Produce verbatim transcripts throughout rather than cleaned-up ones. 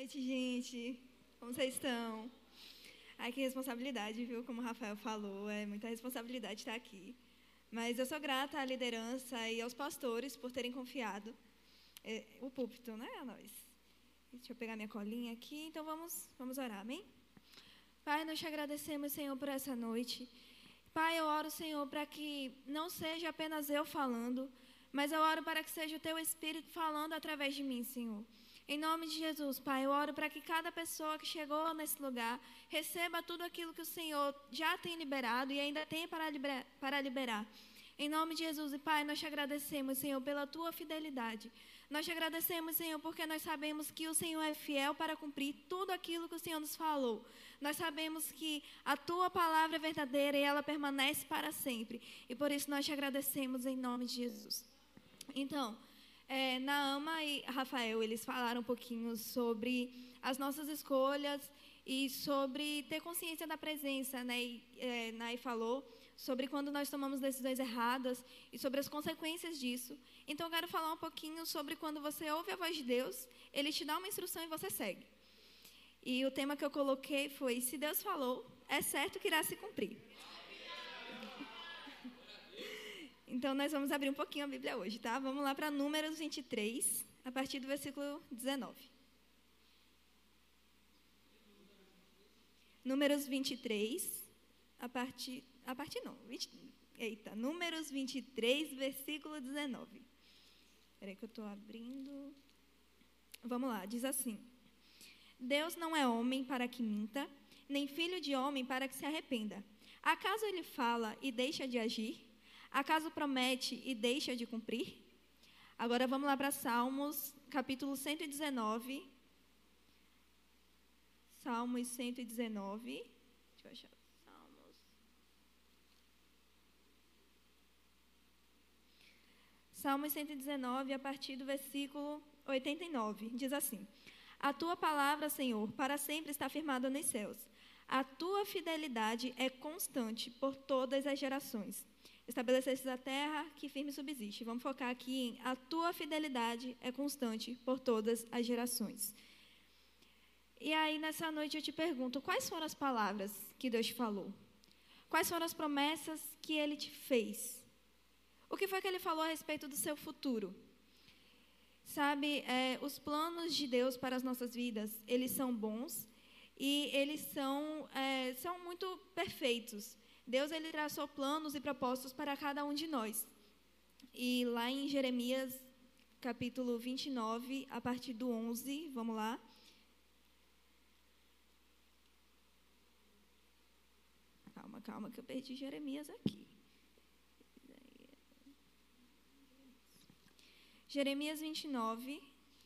noite, gente. Como vocês estão? Ai, que responsabilidade, viu? Como o Rafael falou, é muita responsabilidade estar aqui. Mas eu sou grata à liderança e aos pastores por terem confiado é, o púlpito, né, a nós. Deixa eu pegar minha colinha aqui. Então, vamos, vamos orar, amém? Pai, nós te agradecemos, Senhor, por essa noite. Pai, eu oro, Senhor, para que não seja apenas eu falando, mas eu oro para que seja o Teu Espírito falando através de mim, Senhor. Em nome de Jesus, Pai, eu oro para que cada pessoa que chegou nesse lugar receba tudo aquilo que o Senhor já tem liberado e ainda tem para liberar. Para liberar. Em nome de Jesus, e Pai, nós te agradecemos, Senhor, pela Tua fidelidade. Nós te agradecemos, Senhor, porque nós sabemos que o Senhor é fiel para cumprir tudo aquilo que o Senhor nos falou. Nós sabemos que a Tua palavra é verdadeira e ela permanece para sempre. E por isso nós te agradecemos em nome de Jesus. Então, é, Naama e Rafael, eles falaram um pouquinho sobre as nossas escolhas e sobre ter consciência da presença, né? E, é, Nai falou sobre quando nós tomamos decisões erradas e sobre as consequências disso. Então, eu quero falar um pouquinho sobre quando você ouve a voz de Deus, Ele te dá uma instrução e você segue. E o tema que eu coloquei foi, se Deus falou, é certo que irá se cumprir. Então, nós vamos abrir um pouquinho a Bíblia hoje, tá? Vamos lá para Números vinte e três, a partir do versículo dezenove. Números vinte e três, a partir... A partir não, vinte, eita, Números vinte e três, versículo dezenove. Espera aí que eu estou abrindo. Vamos lá, diz assim. Deus não é homem para que minta, nem filho de homem para que se arrependa. Acaso ele fala e deixa de agir? Acaso promete e deixa de cumprir? Agora vamos lá para Salmos, capítulo cento e dezenove. Salmos cento e dezenove. Deixa eu achar. Salmos. Salmos cento e dezenove, a partir do versículo oitenta e nove. Diz assim. A tua palavra, Senhor, para sempre está firmada nos céus. A tua fidelidade é constante por todas as gerações. Estabelecestes a terra que firme subsiste. Vamos focar aqui em a tua fidelidade é constante por todas as gerações. E aí, nessa noite, eu te pergunto, quais foram as palavras que Deus te falou? Quais foram as promessas que Ele te fez? O que foi que Ele falou a respeito do seu futuro? Sabe, é, os planos de Deus para as nossas vidas, eles são bons e eles são, é, são muito perfeitos. Deus, ele traçou planos e propósitos para cada um de nós. E lá em Jeremias, capítulo vinte e nove, a partir do onze, vamos lá. Calma, calma, que eu perdi Jeremias aqui. Jeremias vinte e nove.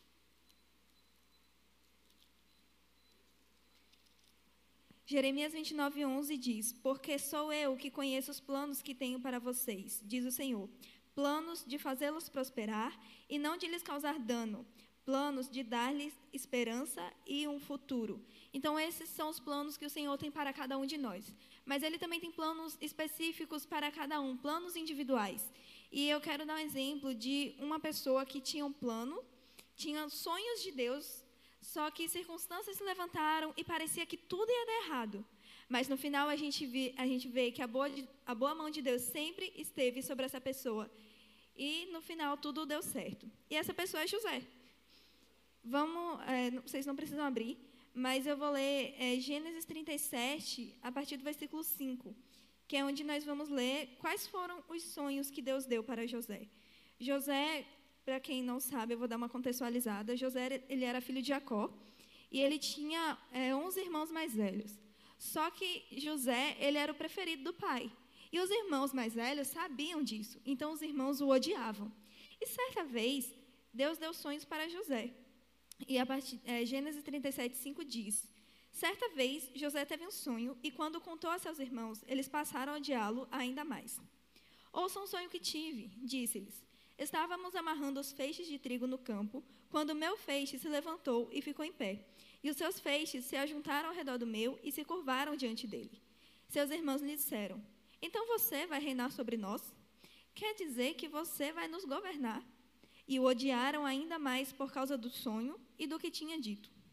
Jeremias vinte e nove, onze diz, porque sou eu que conheço os planos que tenho para vocês, diz o Senhor, planos de fazê-los prosperar e não de lhes causar dano, planos de dar-lhes esperança e um futuro. Então, esses são os planos que o Senhor tem para cada um de nós. Mas Ele também tem planos específicos para cada um, planos individuais. E eu quero dar um exemplo de uma pessoa que tinha um plano, tinha sonhos de Deus, só que circunstâncias se levantaram e parecia que tudo ia dar errado. Mas no final a gente vê, a gente vê que a boa, a boa mão de Deus sempre esteve sobre essa pessoa. E no final tudo deu certo. E essa pessoa é José. Vamos, é, vocês não precisam abrir, mas eu vou ler é, Gênesis trinta e sete, a partir do versículo cinco, que é onde nós vamos ler quais foram os sonhos que Deus deu para José. José, para quem não sabe, eu vou dar uma contextualizada. José, ele era filho de Jacó e ele tinha é, onze irmãos mais velhos. Só que José, ele era o preferido do pai. E os irmãos mais velhos sabiam disso, então os irmãos o odiavam. E certa vez, Deus deu sonhos para José. E a partir, é, Gênesis trinta e sete, cinco diz, certa vez José teve um sonho e quando contou a seus irmãos, eles passaram a odiá-lo ainda mais. Ouçam um sonho que tive, disse-lhes. Estávamos amarrando os feixes de trigo no campo, quando o meu feixe se levantou e ficou em pé. E os seus feixes se ajuntaram ao redor do meu e se curvaram diante dele. Seus irmãos lhe disseram, então você vai reinar sobre nós? Quer dizer que você vai nos governar? E o odiaram ainda mais por causa do sonho e do que tinha dito.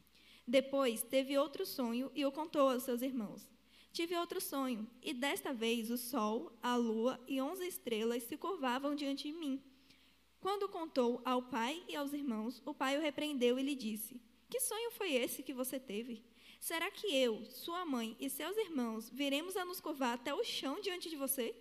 Depois teve outro sonho e o contou aos seus irmãos. Tive outro sonho, e desta vez o sol, a lua e onze estrelas se curvavam diante de mim. Quando contou ao pai e aos irmãos, o pai o repreendeu e lhe disse: Que sonho foi esse que você teve? Será que eu, sua mãe e seus irmãos viremos a nos curvar até o chão diante de você?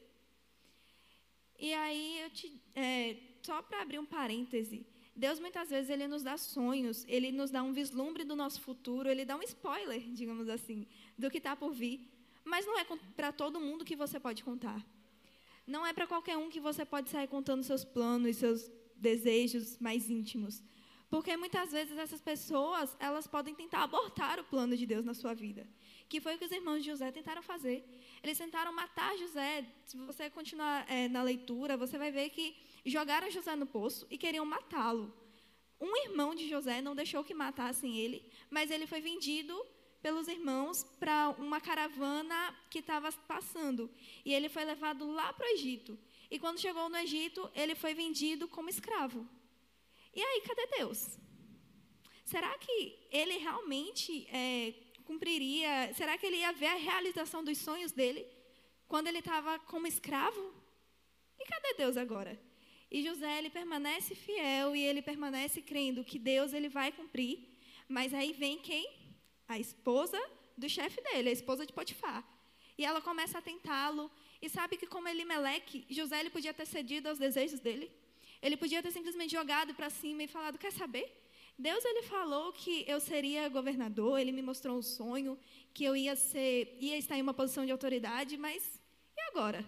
E aí, eu te, é, só para abrir um parêntese, Deus muitas vezes ele nos dá sonhos, ele nos dá um vislumbre do nosso futuro, ele dá um spoiler, digamos assim, do que está por vir. Mas não é para todo mundo que você pode contar. Não é para qualquer um que você pode sair contando seus planos, seus desejos mais íntimos. Porque muitas vezes essas pessoas, elas podem tentar abortar o plano de Deus na sua vida. Que foi o que os irmãos de José tentaram fazer. Eles tentaram matar José. Se você continuar é, na leitura, você vai ver que jogaram José no poço e queriam matá-lo. Um irmão de José não deixou que matassem ele, mas ele foi vendido pelos irmãos para uma caravana que estava passando. E ele foi levado lá para o Egito. E quando chegou no Egito, ele foi vendido como escravo. E aí, cadê Deus? Será que ele realmente é, cumpriria? Será que ele ia ver a realização dos sonhos dele quando ele estava como escravo? E cadê Deus agora? E José, ele permanece fiel e ele permanece crendo que Deus ele vai cumprir. Mas aí vem quem? A esposa do chefe dele, a esposa de Potifar. E ela começa a tentá-lo. E sabe que como Elimeleque, José ele podia ter cedido aos desejos dele. Ele podia ter simplesmente jogado para cima e falado: quer saber? Deus ele falou que eu seria governador, ele me mostrou um sonho, que eu ia, ser, ia estar em uma posição de autoridade, mas e agora?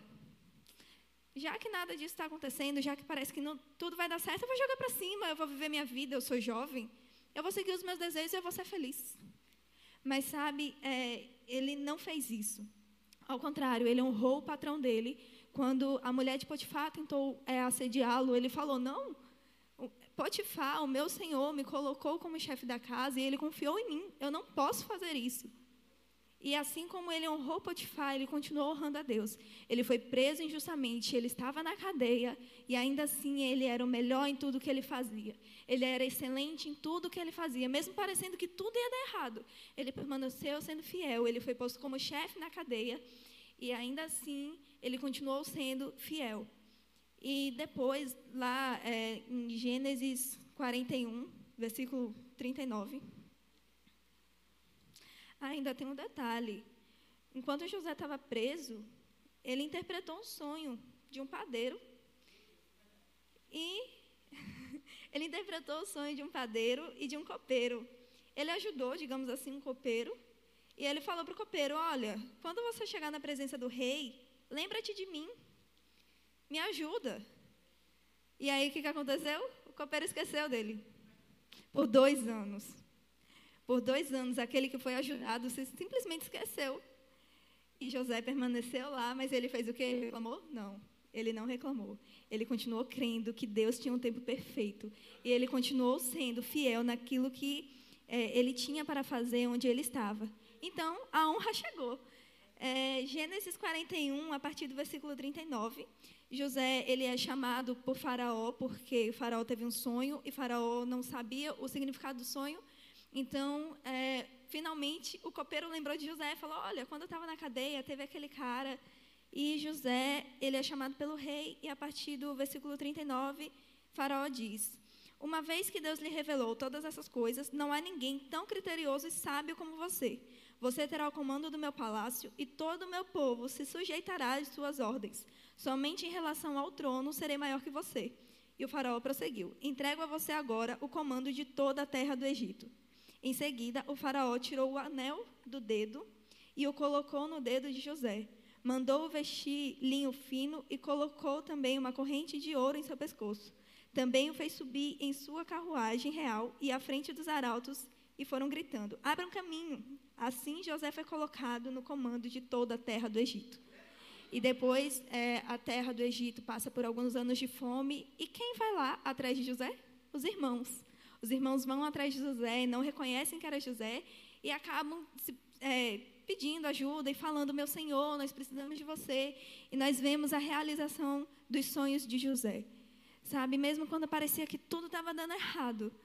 Já que nada disso está acontecendo, já que parece que não, tudo vai dar certo, eu vou jogar para cima, eu vou viver minha vida, eu sou jovem, eu vou seguir os meus desejos e eu vou ser feliz. Mas sabe, é, ele não fez isso. Ao contrário, ele honrou o patrão dele. Quando a mulher de Potifar tentou é, assediá-lo, ele falou: não, Potifar, o meu senhor, me colocou como chefe da casa e ele confiou em mim, eu não posso fazer isso. E assim como ele honrou Potifar, ele continuou honrando a Deus. Ele foi preso injustamente, ele estava na cadeia e ainda assim ele era o melhor em tudo que ele fazia. Ele era excelente em tudo que ele fazia, mesmo parecendo que tudo ia dar errado. Ele permaneceu sendo fiel, ele foi posto como chefe na cadeia e ainda assim ele continuou sendo fiel. E depois, lá é, em Gênesis quarenta e um, versículo trinta e nove, ainda tem um detalhe. Enquanto José estava preso, ele interpretou um sonho de um padeiro. E ele interpretou o sonho de um padeiro e de um copeiro. Ele ajudou, digamos assim, um copeiro. E ele falou para o copeiro: olha, quando você chegar na presença do rei, lembra-te de mim. Me ajuda. E aí, o que, que aconteceu? O copeiro esqueceu dele. Por dois anos. Por dois anos, aquele que foi ajudado simplesmente esqueceu. E José permaneceu lá, mas ele fez o quê? Ele reclamou? Não, ele não reclamou. Ele continuou crendo que Deus tinha um tempo perfeito. E ele continuou sendo fiel naquilo que é, ele tinha para fazer onde ele estava. Então, a honra chegou. É, Gênesis quarenta e um, a partir do versículo trinta e nove, José ele é chamado por Faraó, porque o Faraó teve um sonho e Faraó não sabia o significado do sonho. Então, é, finalmente, o copeiro lembrou de José e falou: olha, quando eu estava na cadeia, teve aquele cara. E José, ele é chamado pelo rei, e a partir do versículo trinta e nove, Faraó diz: uma vez que Deus lhe revelou todas essas coisas, não há ninguém tão criterioso e sábio como você. Você terá o comando do meu palácio, e todo o meu povo se sujeitará às suas ordens. Somente em relação ao trono serei maior que você. E o faraó prosseguiu: entrego a você agora o comando de toda a terra do Egito. Em seguida, o faraó tirou o anel do dedo e o colocou no dedo de José. Mandou-o vestir linho fino e colocou também uma corrente de ouro em seu pescoço. Também o fez subir em sua carruagem real e à frente dos arautos, e foram gritando: abram caminho. Assim José foi colocado no comando de toda a terra do Egito. E depois é, a terra do Egito passa por alguns anos de fome. E quem vai lá atrás de José? Os irmãos. Os irmãos vão atrás de José e não reconhecem que era José e acabam se, é, pedindo ajuda e falando: meu Senhor, nós precisamos de você. E nós vemos a realização dos sonhos de José. Sabe, mesmo quando parecia que tudo estava dando errado,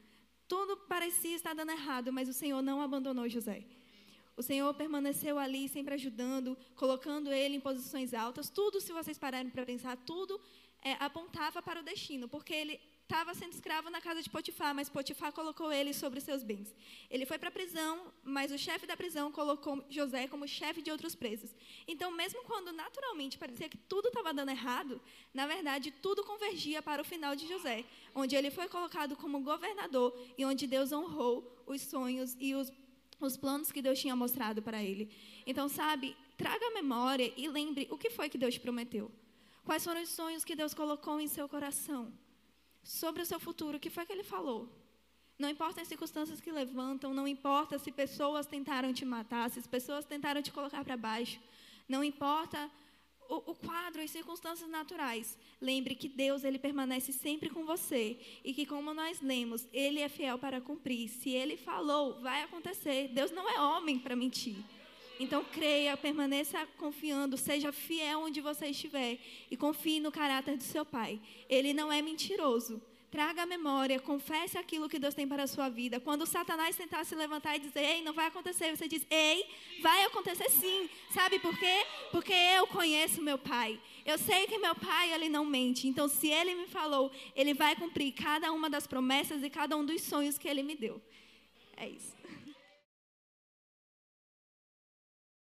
Tudo parecia estar dando errado, mas o Senhor não abandonou José. O Senhor permaneceu ali, sempre ajudando, colocando ele em posições altas. Tudo, se vocês pararem para pensar, tudo é, apontava para o destino, porque ele estava sendo escravo na casa de Potifar, mas Potifar colocou ele sobre seus bens. Ele foi para a prisão, mas o chefe da prisão colocou José como chefe de outros presos. Então, mesmo quando naturalmente parecia que tudo estava dando errado, na verdade, tudo convergia para o final de José, onde ele foi colocado como governador e onde Deus honrou os sonhos e os, os planos que Deus tinha mostrado para ele. Então, sabe, traga a memória e lembre o que foi que Deus te prometeu. Quais foram os sonhos que Deus colocou em seu coração? Sobre o seu futuro, o que foi que ele falou? Não importa as circunstâncias que levantam, não importa se pessoas tentaram te matar, se as pessoas tentaram te colocar para baixo, não importa o, o quadro, as circunstâncias naturais. Lembre que Deus, ele permanece sempre com você e que, como nós lemos, ele é fiel para cumprir. Se ele falou, vai acontecer. Deus não é homem para mentir. Então, creia, permaneça confiando, seja fiel onde você estiver e confie no caráter do seu Pai. Ele não é mentiroso. Traga a memória, confesse aquilo que Deus tem para a sua vida. Quando Satanás tentar se levantar e dizer, ei, não vai acontecer, você diz, ei, vai acontecer sim. Sabe por quê? Porque eu conheço meu Pai. Eu sei que meu Pai, ele não mente. Então, se ele me falou, ele vai cumprir cada uma das promessas e cada um dos sonhos que ele me deu. É isso.